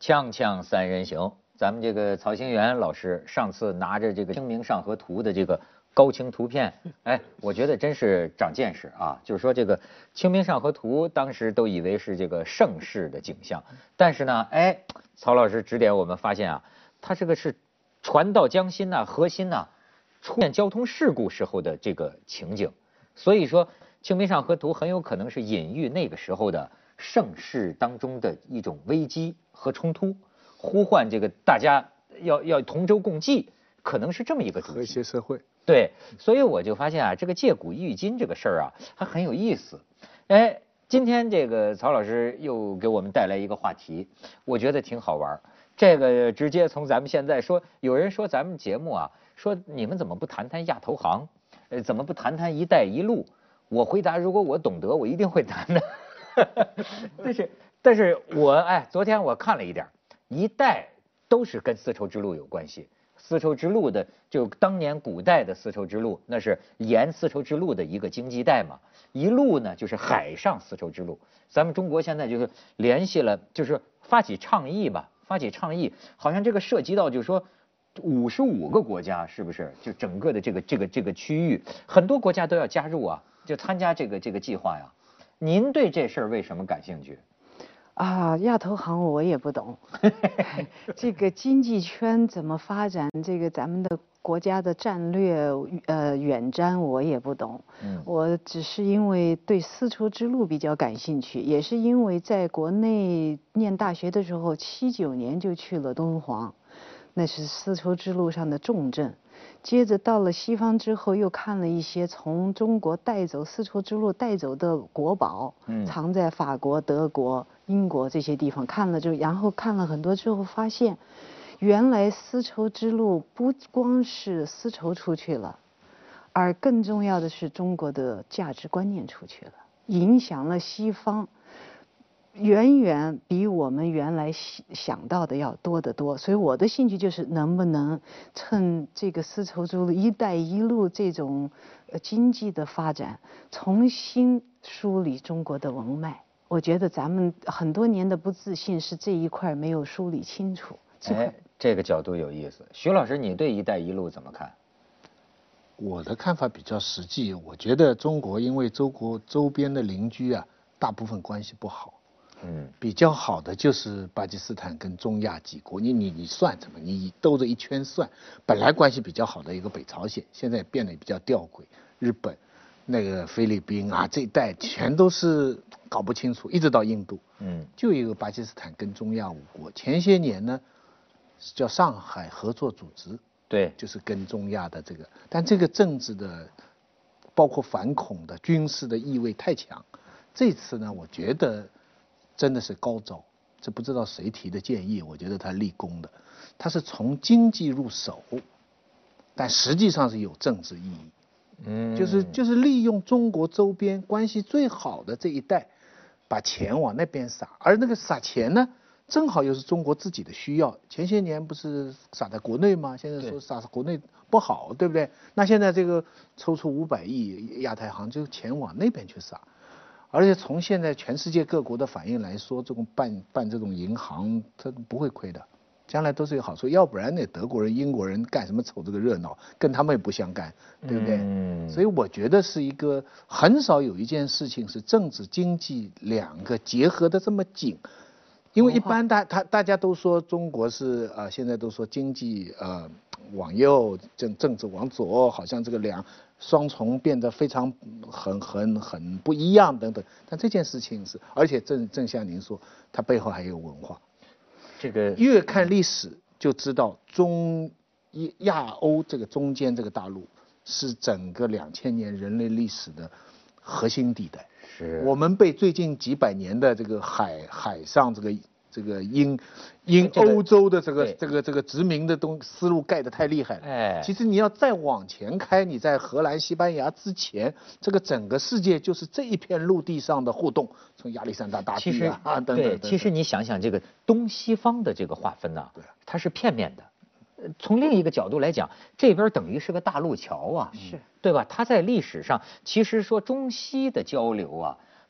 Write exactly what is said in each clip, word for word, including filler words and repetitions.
锵锵三人行，咱们这个曹兴元老师上次拿着这个《清明上河图》的这个高清图片，哎，我觉得真是长见识啊！就是说这个《清明上河图》当时都以为是这个盛世的景象，但是呢，哎，曹老师指点我们发现啊，它这个是船到江心呐、河心呐、出现交通事故时候的这个情景，所以说《清明上河图》很有可能是隐喻那个时候的盛世当中的一种危机和冲突，呼唤这个大家要要同舟共济，可能是这么一个主题。 和谐社会。 对，所以我就发现啊，这个借古喻今这个事儿啊，还很有意思。哎，今天这个曹老师又给我们带来一个话题，我觉得挺好玩。这个直接从咱们现在说，有人说咱们节目啊，说你们怎么不谈谈亚投行？呃，怎么不谈谈“一带一路”？我回答，如果我懂得，我一定会谈的。但是，但是我哎，昨天我看了一点，一带都是跟丝绸之路有关系。丝绸之路的，就当年古代的丝绸之路，那是沿丝绸之路的一个经济带嘛。一路呢，就是海上丝绸之路。咱们中国现在就是联系了，就是发起倡议吧，发起倡议，好像这个涉及到就是说五十五个国家，是不是？就整个的这个这个这个区域，很多国家都要加入啊，就参加这个这个计划呀。您对这事儿为什么感兴趣？ 啊，亚投行我也不懂，这个经济圈怎么发展，这个咱们的国家的战略呃远瞻我也不懂。嗯，我只是因为对丝绸之路比较感兴趣，也是因为在国内念大学的时候，七九年就去了敦煌，那是丝绸之路上的重镇。接着到了西方之后，又看了一些从中国带走丝绸之路带走的国宝，嗯，藏在法国、德国、英国这些地方，看了就，然后看了很多之后，发现，原来丝绸之路不光是丝绸出去了，而更重要的是中国的价值观念出去了，影响了西方。远远比我们原来想到的要多得多，所以我的兴趣就是能不能趁这个丝绸之路、一带一路这种呃经济的发展，重新梳理中国的文脉。我觉得咱们很多年的不自信是这一块没有梳理清楚。 哎，这个角度有意思。徐老师，你对一带一路怎么看？ 我的看法比较实际，我觉得中国因为周国周边的邻居啊，大部分关系不好。嗯，比较好的就是巴基斯坦跟中亚几国，你你你算什么？你兜着一圈算，本来关系比较好的一个北朝鲜，现在变得比较吊诡。日本、那个菲律宾啊，这一带全都是搞不清楚，一直到印度。嗯，就一个巴基斯坦跟中亚五国，前些年呢叫上海合作组织， 对， 就是跟中亚的这个，但这个政治的，包括反恐的、军事的意味太强。这次呢，我觉得。真的是高招，这不知道谁提的建议，我觉得他立功的，他是从经济入手，但实际上是有政治意义，嗯，就是就是利用中国周边关系最好的这一带，把钱往那边撒，而那个撒钱呢，正好又是中国自己的需要。前些年不是撒在国内吗？现在说撒在国内不好，对不对？那现在这个抽出五百亿亚太行，就钱往那边去撒。而且从现在全世界各国的反应来说，这种办办这种银行，它不会亏的，将来都是有好处。要不然那德国人、英国人干什么凑这个热闹，跟他们也不相干，对不对？嗯。所以我觉得是一个很少有一件事情是政治经济两个结合的这么紧，因为一般大他大家都说中国是呃现在都说经济呃往右，政政治往左，好像这个两。双重变得非常很很很不一样等等，但这件事情是，而且正正像您说，它背后还有文化。 这个越看历史就知道中亚欧这个中间这个大陆是整个两千年人类历史的核心地带。是我们被最近几百年的这个海海上这个。这个英英欧洲的这个这个这个殖民的东思路盖得太厉害了。哎，其实你要再往前开，你在荷兰、西班牙之前，这个整个世界就是这一片陆地上的互动，从亚历山大大帝啊等等。 对，其实你想想这个东西方的这个划分呢、啊，它是片面的。从另一个角度来讲，这边等于是个大陆桥啊，是对吧？它在历史上其实说中西的交流啊。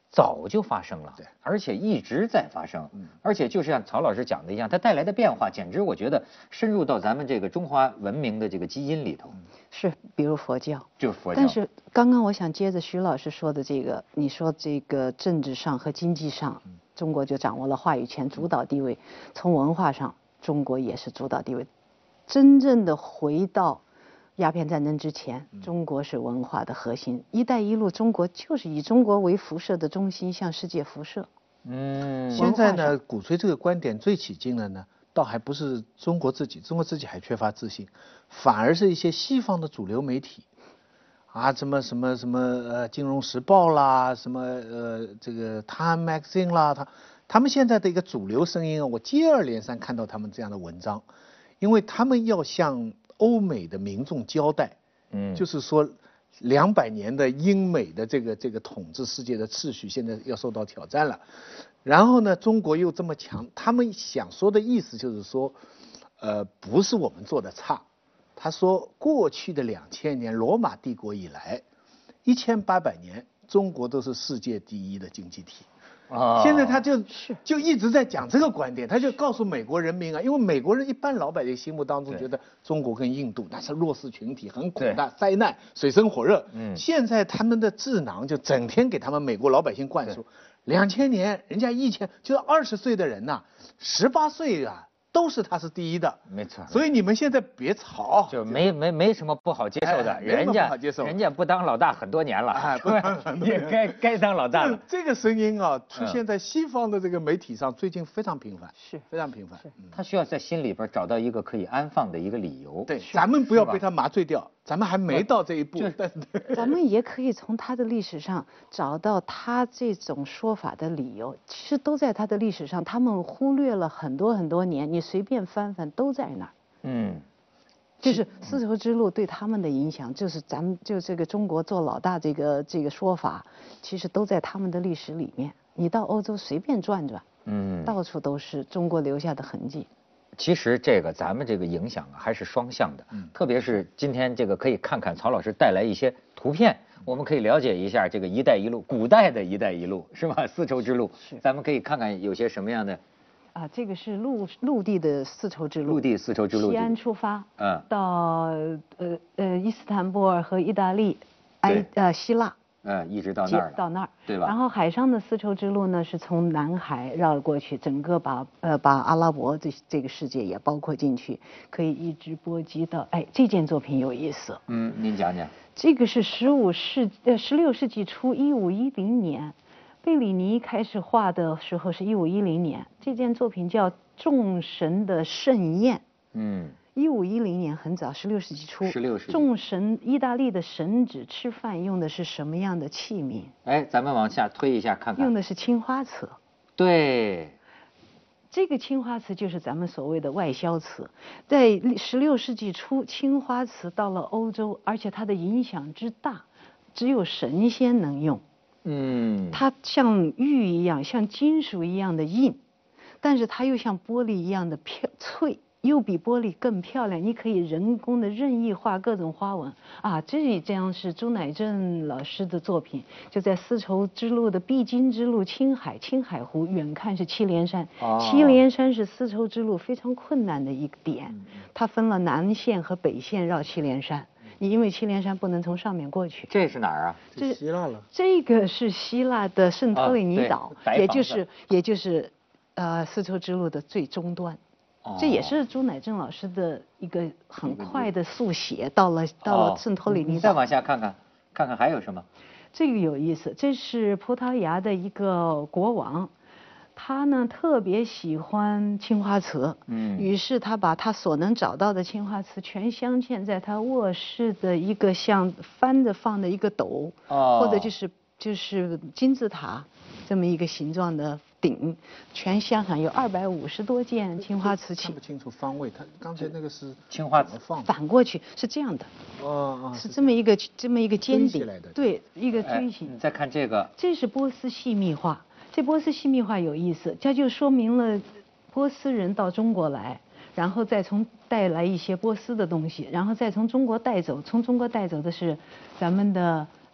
早就发生了， 对， 而且一直在发生，嗯，而且就像曹老师讲的一样，它带来的变化，简直我觉得深入到咱们这个中华文明的这个基因里头。 是，比如佛教， 就是佛教。 但是刚刚我想接着徐老师说的这个，你说这个政治上和经济上，中国就掌握了话语权、主导地位；从文化上，中国也是主导地位。真正的回到鸦片战争之前，中国是文化的核心。“一带一路”，中国就是以中国为辐射的中心向世界辐射。 嗯， 现在呢，鼓吹这个观点最起劲的呢，倒还不是中国自己，中国自己还缺乏自信，反而是一些西方的主流媒体，啊，什么什么什么呃，《金融时报》啦，什么呃这个《Time Magazine》啦，他他们现在的一个主流声音啊，我接二连三看到他们这样的文章，因为他们要向欧美的民众交代，嗯，就是说两百年的英美的这个这个统治世界的秩序现在要受到挑战了，然后呢，中国又这么强，他们想说的意思就是说，呃，不是我们做的差，他说过去的两千年罗马帝国以来，一千八百年中国都是世界第一的经济体。啊，现在他就就一直在讲这个观点，他就告诉美国人民啊，因为美国人一般老百姓心目当中觉得中国跟印度那是弱势群体，很苦难、灾难、水深火热。嗯，现在他们的智囊就整天给他们美国老百姓灌输，两千年人家一千就是二十岁的人呐、啊，十八岁啊。都是他是第一的， 没错。 所以你们现在别吵， 就没没没什么不好接受的， 哎、 人家人家不当老大很多年了， 哎，不也该该当老大了。 这个声音啊，出现在西方的这个媒体上，最近非常频繁， 是非常频繁。 是，他需要在心里边找到一个可以安放的一个理由。 对，咱们不要被他麻醉掉，咱们还没到这一步。 咱们也可以从他的历史上找到他这种说法的理由，其实都在他的历史上，他们忽略了很多很多年，你随便翻翻都在那儿。嗯，就是丝绸之路对他们的影响，就是咱们就这个中国做老大这个这个说法，其实都在他们的历史里面。你到欧洲随便转转，嗯，到处都是中国留下的痕迹。 其实这个咱们这个影响啊还是双向的，嗯，特别是今天这个可以看看曹老师带来一些图片，我们可以了解一下这个“一带一路”古代的一带一路是吧？丝绸之路，是，咱们可以看看有些什么样的。 啊，这个是陆陆地的丝绸之路， 陆地丝绸之路， 西安出发， 嗯， 到呃呃伊斯坦布尔和意大利，埃呃希腊。 嗯，一直到那儿到那儿， 对吧？ 然后海上的丝绸之路呢，是从南海绕过去，整个把呃把阿拉伯这这个世界也包括进去，可以一直波及到。哎，这件作品有意思。 嗯，您讲讲。 这个是十五世呃十六世纪初，一五一零年，贝里尼开始画的时候是一五一零年。这件作品叫《众神的盛宴》。嗯。一五一零年很早，十六世纪初。 十六世纪。 众神，意大利的神祇吃饭用的是什么样的器皿？ 哎，咱们往下推一下看看。 用的是青花瓷。 对。 这个青花瓷就是咱们所谓的外销瓷，在十六世纪初，青花瓷到了欧洲，而且它的影响之大，只有神仙能用。嗯。它像玉一样，像金属一样的硬，但是它又像玻璃一样的漂脆。又比玻璃更漂亮，你可以人工的任意画各种花纹啊！这一张是朱乃正老师的作品，就在丝绸之路的必经之路青海，青海湖远看是祁连山，哦、祁连山是丝绸之路非常困难的一个点，它分了南线和北线绕祁连山，你因为祁连山不能从上面过去。 这是哪儿啊？ 这是希腊了。 这个是希腊的圣托里尼岛，哦、也就是也就是呃丝绸之路的最终端。这也是朱乃正老师的一个很快的速写，到了到了圣托里尼岛。 你再往下看看，看看还有什么？ 这个有意思，这是葡萄牙的一个国王，他呢特别喜欢青花瓷，嗯，于是他把他所能找到的青花瓷全镶嵌在他卧室的一个像翻着放的一个斗，哦，或者就是就是金字塔这么一个形状的。顶全镶上有二百五十多件青花瓷器， 看不清楚方位。他刚才那个是青花瓷放反过去是这样的，哦哦，是这么一个这么一个尖顶，对，一个锥形。 哎、你再看这个， 这是波斯细密画。这波斯细密画有意思，它就说明了波斯人到中国来，然后再从带来一些波斯的东西，然后再从中国带走，从中国带走的是咱们的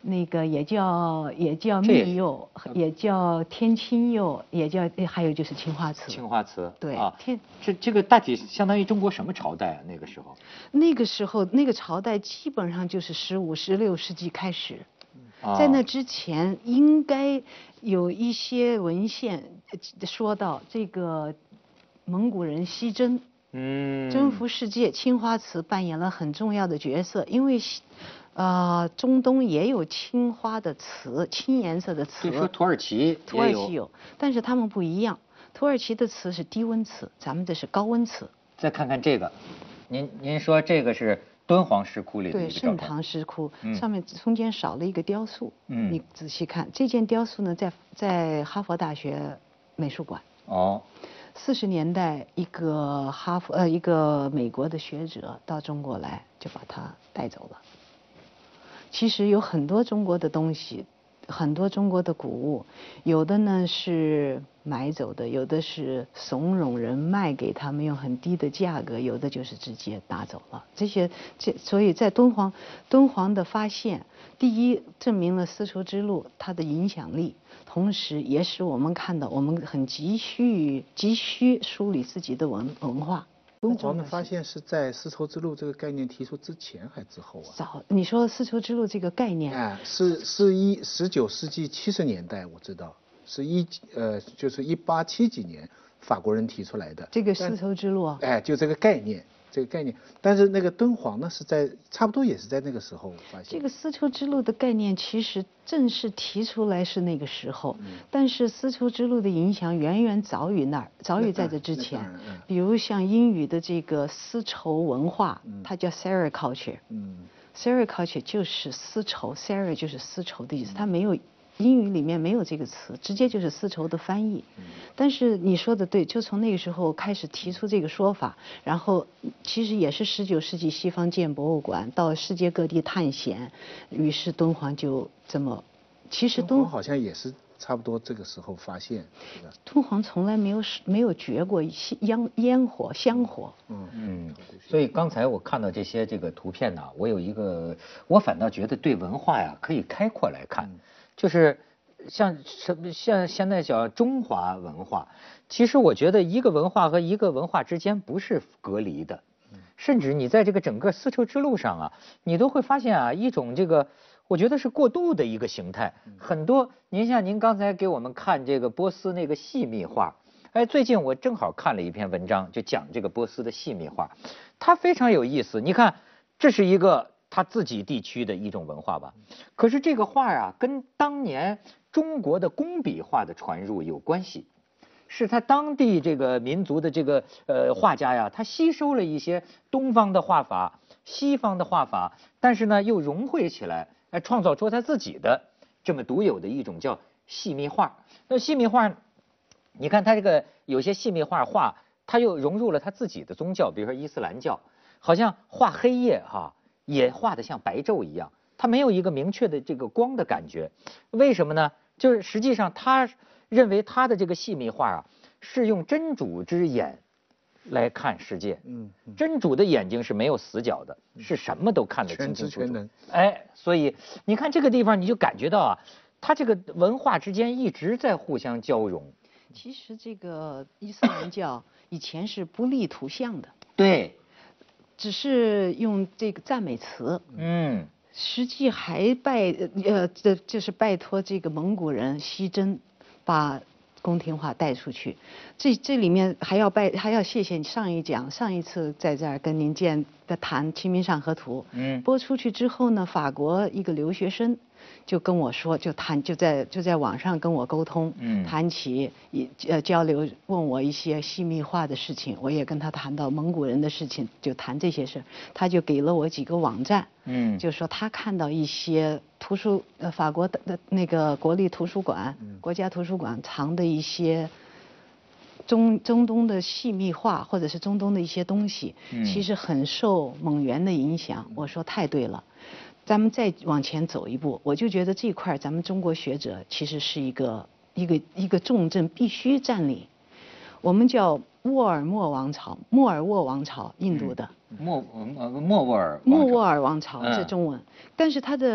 那个也叫也叫密釉，也叫天青釉，也叫还有就是青花瓷。 青花瓷。 对啊， 天这这个大体相当于中国什么朝代啊？那个时候？ 那个时候那个朝代基本上就是十五、十六世纪开始。 啊、 在那之前，应该有一些文献说到这个蒙古人西征， 嗯， 征服世界，青花瓷扮演了很重要的角色，因为，呃，中东也有青花的瓷，青颜色的瓷。 就说土耳其土耳其有，但是他们不一样，土耳其的瓷是低温瓷，咱们这是高温瓷。 再看看这个，您您说这个是敦煌石窟里的对， 一个照片盛唐石窟、 嗯、 上面中间少了一个雕塑。 嗯， 你仔细看这件雕塑呢，在在哈佛大学美术馆。 哦。 四十年代，一个哈佛呃一个美国的学者到中国来，就把它带走了。其实有很多中国的东西，很多中国的古物，有的呢是买走的，有的是怂恿人卖给他们，用很低的价格，有的就是直接拿走了。这些这所以在敦煌敦煌的发现，第一证明了丝绸之路它的影响力，同时也使我们看到我们很急需急需梳理自己的文文化。 敦煌的发现是在丝绸之路这个概念提出之前还之后啊？ 早，你说丝绸之路这个概念， 哎，是是一十九世纪七十年代，我知道是一呃就是一八七几年法国人提出来的这个丝绸之路啊， 哎，就这个概念。这个概念，但是那个敦煌呢，是在差不多也是在那个时候发现。 这个丝绸之路的概念其实正式提出来是那个时候，嗯、但是丝绸之路的影响远远早于那儿，早于在这之前。嗯、比如像英语的这个丝绸文化，嗯、它叫 sericulture， 嗯 sericulture 就是丝绸 ，seri 就是丝绸的意思，它没有。英语里面没有这个词，直接就是丝绸的翻译。但是你说的对，就从那个时候开始提出这个说法，然后其实也是十九世纪西方建博物馆，到世界各地探险，于是敦煌就这么，其实敦煌好像也是差不多这个时候发现。 敦煌从来没有没有绝过烟烟火香火。 嗯嗯，所以刚才我看到这些这个图片呢，我有一个，我反倒觉得对文化呀可以开阔来看。嗯，就是像什么像现在叫中华文化，其实我觉得一个文化和一个文化之间不是隔离的，甚至你在这个整个丝绸之路上啊，你都会发现啊一种这个我觉得是过渡的一个形态。很多您像您刚才给我们看这个波斯那个细密画，哎，最近我正好看了一篇文章，就讲这个波斯的细密画，它非常有意思。你看，这是一个他自己地区的一种文化吧，可是这个画啊，跟当年中国的工笔画的传入有关系，是他当地这个民族的这个呃画家呀，他吸收了一些东方的画法、西方的画法，但是呢又融汇起来，哎，创造出他自己的这么独有的一种叫细密画。那细密画，你看他这个有些细密画画，他又融入了他自己的宗教，比如说伊斯兰教，好像画黑夜哈。也画得像白昼一样，它没有一个明确的这个光的感觉。为什么呢？就是实际上他认为他的这个细密画啊，是用真主之眼来看世界。嗯，真主的眼睛是没有死角的，是什么都看得清清楚楚。哎，所以你看这个地方，你就感觉到啊，它这个文化之间一直在互相交融。 其实这个伊斯兰教以前是不立图像的。 对。 只是用这个赞美词， 嗯， 实际还拜呃这就是拜托这个蒙古人西征，把宫廷画带出去。这这里面还要拜还要谢谢上一讲上一次在这儿跟您见的谈《清明上河图》，嗯，播出去之后呢，法国一个留学生就跟我说，就谈就在就在网上跟我沟通，嗯，谈起一呃交流，问我一些细密画的事情，我也跟他谈到蒙古人的事情，就谈这些事，他就给了我几个网站，嗯，就说他看到一些图书呃法国的的那个国立图书馆、嗯、国家图书馆藏的一些中中东的细密画或者是中东的一些东西，嗯、其实很受蒙元的影响。我说太对了。咱们再往前走一步，我就觉得这块咱们中国学者其实是一个一个一个重镇必须占领。我们叫沃尔默王朝，莫尔沃王朝，印度的。 莫呃莫卧儿。 莫卧儿王朝是中文，嗯、但是它的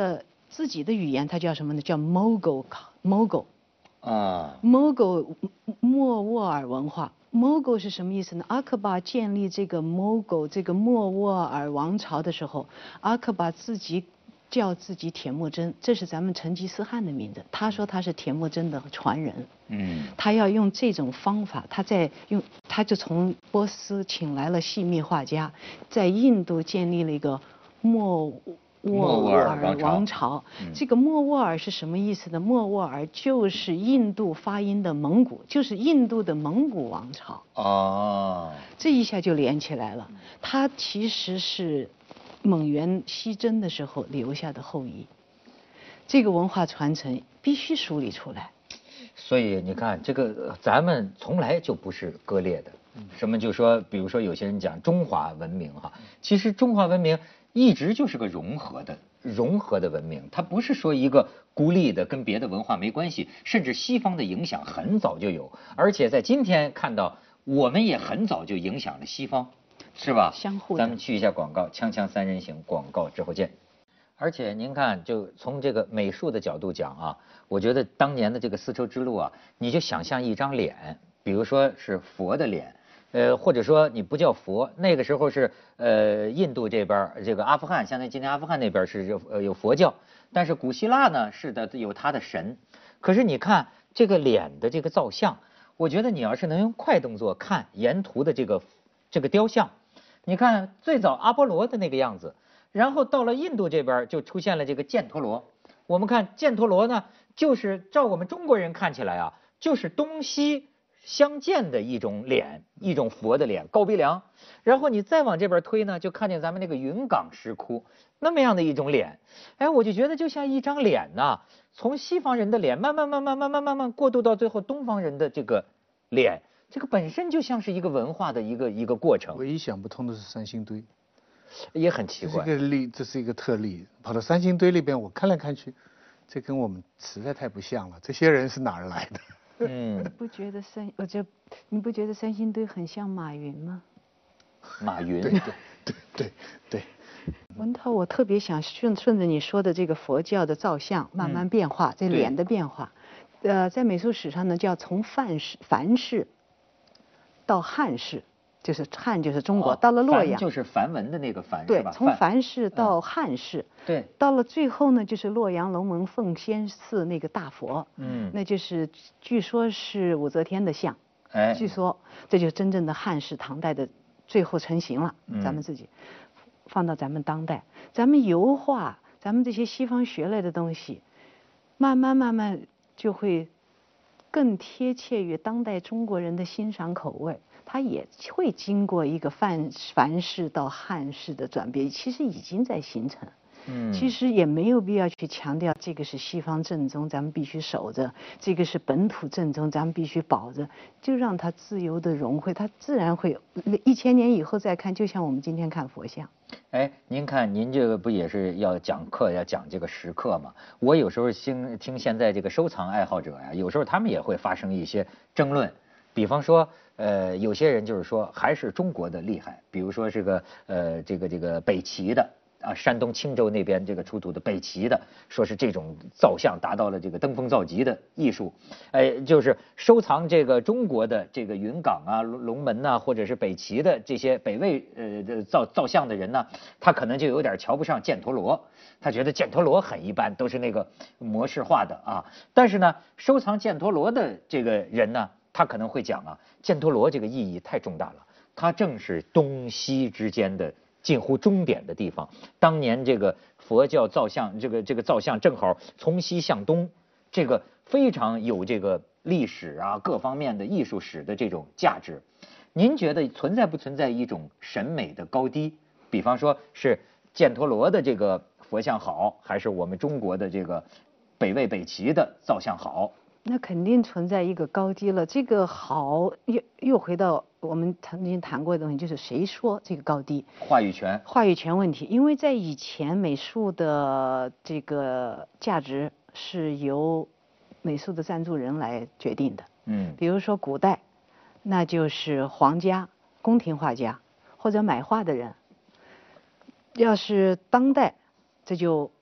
自己的语言，它叫什么呢？叫 Mogul Mogul 啊 Mogul 莫卧儿文化。Mogul 是什么意思呢？阿克巴建立这个 Mogul 这个莫卧儿王朝的时候，阿克巴自己叫自己铁木真，这是咱们成吉思汗的名字。他说他是铁木真的传人。 嗯， 他要用这种方法，他在用，他就从波斯请来了细密画家，在印度建立了一个莫卧儿王朝。嗯、这个莫卧儿是什么意思呢？莫卧儿就是印度发音的蒙古，就是印度的蒙古王朝。 哦， 这一下就连起来了。他其实是蒙元西征的时候留下的后裔。这个文化传承必须梳理出来。 所以你看，这个咱们从来就不是割裂的。什么就说，比如说有些人讲中华文明哈，其实中华文明一直就是个融合的、融合的文明，它不是说一个孤立的，跟别的文化没关系。甚至西方的影响很早就有，而且在今天看到，我们也很早就影响了西方，是吧？ 相互。 咱们去一下广告，锵锵三人行，广告之后见。而且您看，就从这个美术的角度讲啊，我觉得当年的这个丝绸之路啊，你就想象一张脸，比如说是佛的脸，呃，或者说你不叫佛，那个时候是呃印度这边这个阿富汗，相当于今天阿富汗那边是有呃有佛教，但是古希腊呢是的有他的神。可是你看这个脸的这个造像，我觉得你要是能用快动作看沿途的这个这个雕像，你看最早阿波罗的那个样子。然后到了印度这边就出现了这个犍陀罗。我们看犍陀罗呢，就是照我们中国人看起来啊，就是东西相间的一种脸，一种佛的脸，高鼻梁。然后你再往这边推呢，就看见咱们那个云冈石窟那么样的一种脸。哎，我就觉得就像一张脸呐、啊，从西方人的脸慢慢慢慢慢慢慢慢过渡到最后东方人的这个脸，这个本身就像是一个文化的一个一个过程。 唯一想不通的是三星堆。 也很奇怪， 这是一个例，这是一个特例。跑到三星堆里边，我看来看去，这跟我们实在太不像了。这些人是哪儿来的？ 嗯， 你不觉得三，我就你不觉得三星堆很像马云吗？ 马云， 对对对对对。 文涛，我特别想顺顺着你说的这个佛教的造像慢慢变化，嗯、这脸的变化，呃，在美术史上呢，叫从梵式梵式到汉式。就是汉就是中国，哦、到了洛阳就是梵文的那个梵， 对，从梵式到汉式， 嗯，对， 到了最后呢，就是洛阳龙门奉先寺那个大佛， 嗯， 那就是据说是武则天的像， 哎， 据说这就是真正的汉式唐代的最后成型了。 嗯、 咱们自己放到咱们当代，咱们油画，咱们这些西方学来的东西，慢慢慢慢就会更贴切于当代中国人的欣赏口味。它也会经过一个梵梵式到汉式的转变，其实已经在形成。 嗯， 其实也没有必要去强调这个是西方正宗，咱们必须守着；这个是本土正宗，咱们必须保着。就让它自由的融汇，它自然会一千年以后再看，就像我们今天看佛像。 哎，您看，您这个不也是要讲课，要讲这个时刻吗？我有时候听听现在这个收藏爱好者呀，有时候他们也会发生一些争论，比方说。呃，有些人就是说还是中国的厉害，比如说这个呃这个这个北齐的啊，山东青州那边这个出土的北齐的，说是这种造像达到了这个登峰造极的艺术，哎，就是收藏这个中国的这个云冈啊、龙门呐、啊，或者是北齐的这些北魏呃造造像的人呢，他可能就有点瞧不上犍陀罗，他觉得犍陀罗很一般，都是那个模式化的啊。但是呢，收藏犍陀罗的这个人呢，他可能会讲啊，犍陀罗这个意义太重大了，它正是东西之间的近乎终点的地方。当年这个佛教造像，这个这个造像正好从西向东，这个非常有这个历史啊各方面的艺术史的这种价值。您觉得存在不存在一种审美的高低？比方说是犍陀罗的这个佛像好，还是我们中国的这个北魏北齐的造像好？ 那肯定存在一个高低了。这个好又又回到我们曾经谈过的东西，就是谁说这个高低？ 话语权。 话语权问题，因为在以前美术的这个价值是由美术的赞助人来决定的。 嗯， 比如说古代，那就是皇家、宫廷画家或者买画的人。要是当代，这就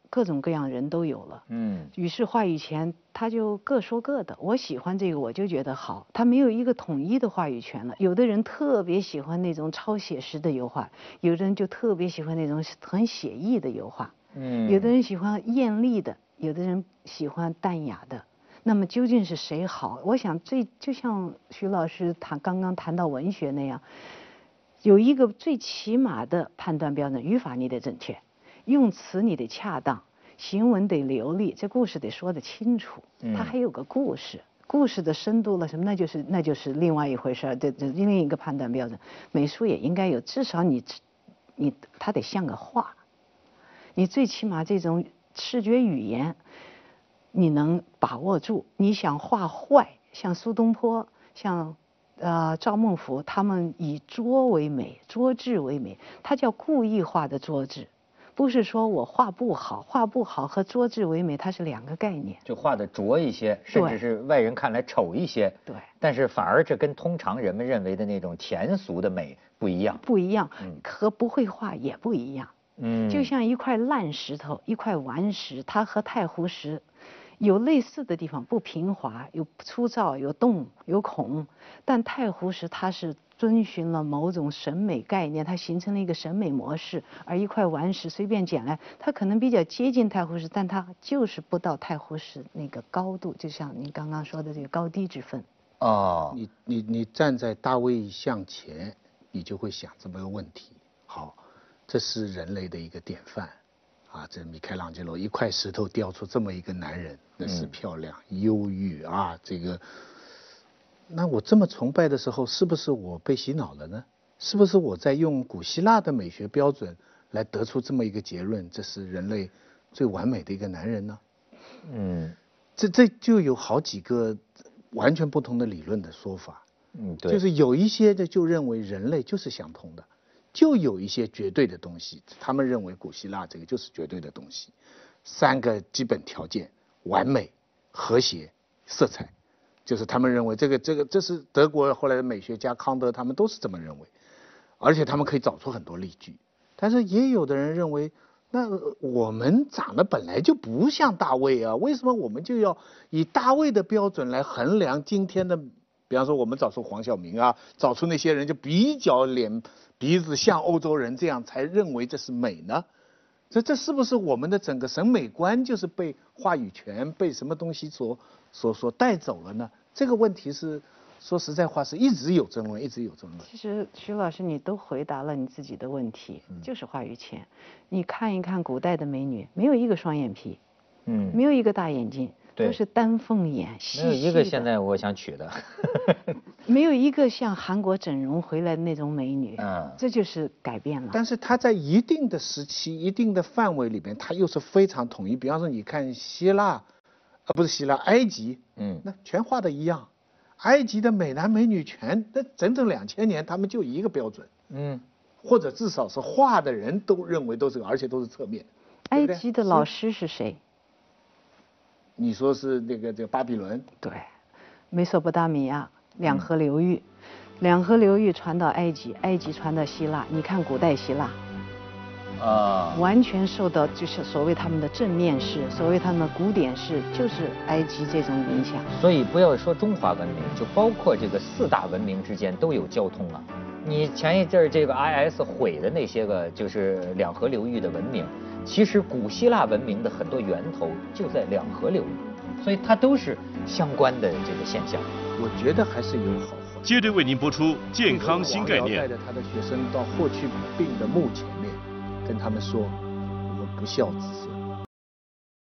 各种各样人都有了。嗯。于是话语权他就各说各的，我喜欢这个我就觉得好，他没有一个统一的话语权了。有的人特别喜欢那种超写实的油画，有的人就特别喜欢那种很写意的油画。嗯。有的人喜欢艳丽的，有的人喜欢淡雅的。那么究竟是谁好？我想最就像徐老师谈刚刚谈到文学那样，有一个最起码的判断标准：语法你得正确，用词你得恰当，行文得流利，这故事得说得清楚。它还有个故事，故事的深度了什么，那就是那就是另外一回事儿，这这另一个判断标准。美术也应该有，至少你你它得像个画，你最起码这种视觉语言。你能把握住？你想画坏，像苏东坡，像呃赵孟頫，他们以拙为美，拙质为美，他叫故意画的拙质，不是说我画不好，画不好和拙质为美它是两个概念。 就画的拙一些，甚至是外人看来丑一些。 对。 但是反而这跟通常人们认为的那种甜俗的美不一样。 不一样，嗯、和不会画也不一样。嗯。就像一块烂石头，一块顽石，它和太湖石。有类似的地方，不平滑，有粗糙，有洞，有孔，但太湖石它是遵循了某种审美概念，它形成了一个审美模式，而一块顽石随便捡来，它可能比较接近太湖石，但它就是不到太湖石那个高度，就像您刚刚说的这个高低之分。 哦，你你你站在大卫像前，你就会想这么个问题。好，这是人类的一个典范。啊，这米开朗基罗一块石头雕出这么一个男人，那是漂亮、嗯、忧郁啊，这个。那我这么崇拜的时候，是不是我被洗脑了呢？是不是我在用古希腊的美学标准来得出这么一个结论，这是人类最完美的一个男人呢？嗯，这这就有好几个完全不同的理论的说法。嗯，对，就是有一些的就认为人类就是相同的。就有一些绝对的东西，他们认为古希腊这个就是绝对的东西，三个基本条件：完美、和谐、色彩，就是他们认为这个这个这是德国后来的美学家康德他们都是这么认为，而且他们可以找出很多例句。但是也有的人认为，那我们长得本来就不像大卫啊，为什么我们就要以大卫的标准来衡量今天的？比方说我们找出黄晓明啊，找出那些人就比较脸鼻子像欧洲人这样才认为这是美呢？这这是不是我们的整个审美观就是被话语权被什么东西所所所带走了呢？这个问题是说实在话是一直有争论，一直有争论。 其实徐老师你都回答了你自己的问题，嗯、就是话语权。你看一看古代的美女，没有一个双眼皮，嗯，没有一个大眼睛。都是丹凤眼，细细的。 没有一个现在我想娶的。 没有一个像韩国整容回来的那种美女。嗯，这就是改变了。 但是它在一定的时期、一定的范围里边，它又是非常统一。比方说，你看希腊，啊不是希腊，埃及，嗯，那全画的一样。埃及的美男美女全，那整整两千年，他们就一个标准。嗯，或者至少是画的人都认为都是，而且都是侧面。 埃及的老师是谁？ 你说是那个这个巴比伦？ 对，美索不达米亚两河流域，嗯、两河流域传到埃及，埃及传到希腊。你看古代希腊，啊，完全受到就是所谓他们的正面式，所谓他们的古典式，就是埃及这种影响。 所以不要说中华文明，就包括这个四大文明之间都有交通啊。你前一阵儿这个 I S 毁的那些个就是两河流域的文明。其实古希腊文明的很多源头就在两河流域，所以它都是相关的这个现象。 我觉得还是有好坏。 接着为您播出健康新概念。 带着他的学生到霍去病的墓前面，跟他们说：我们不孝子孙。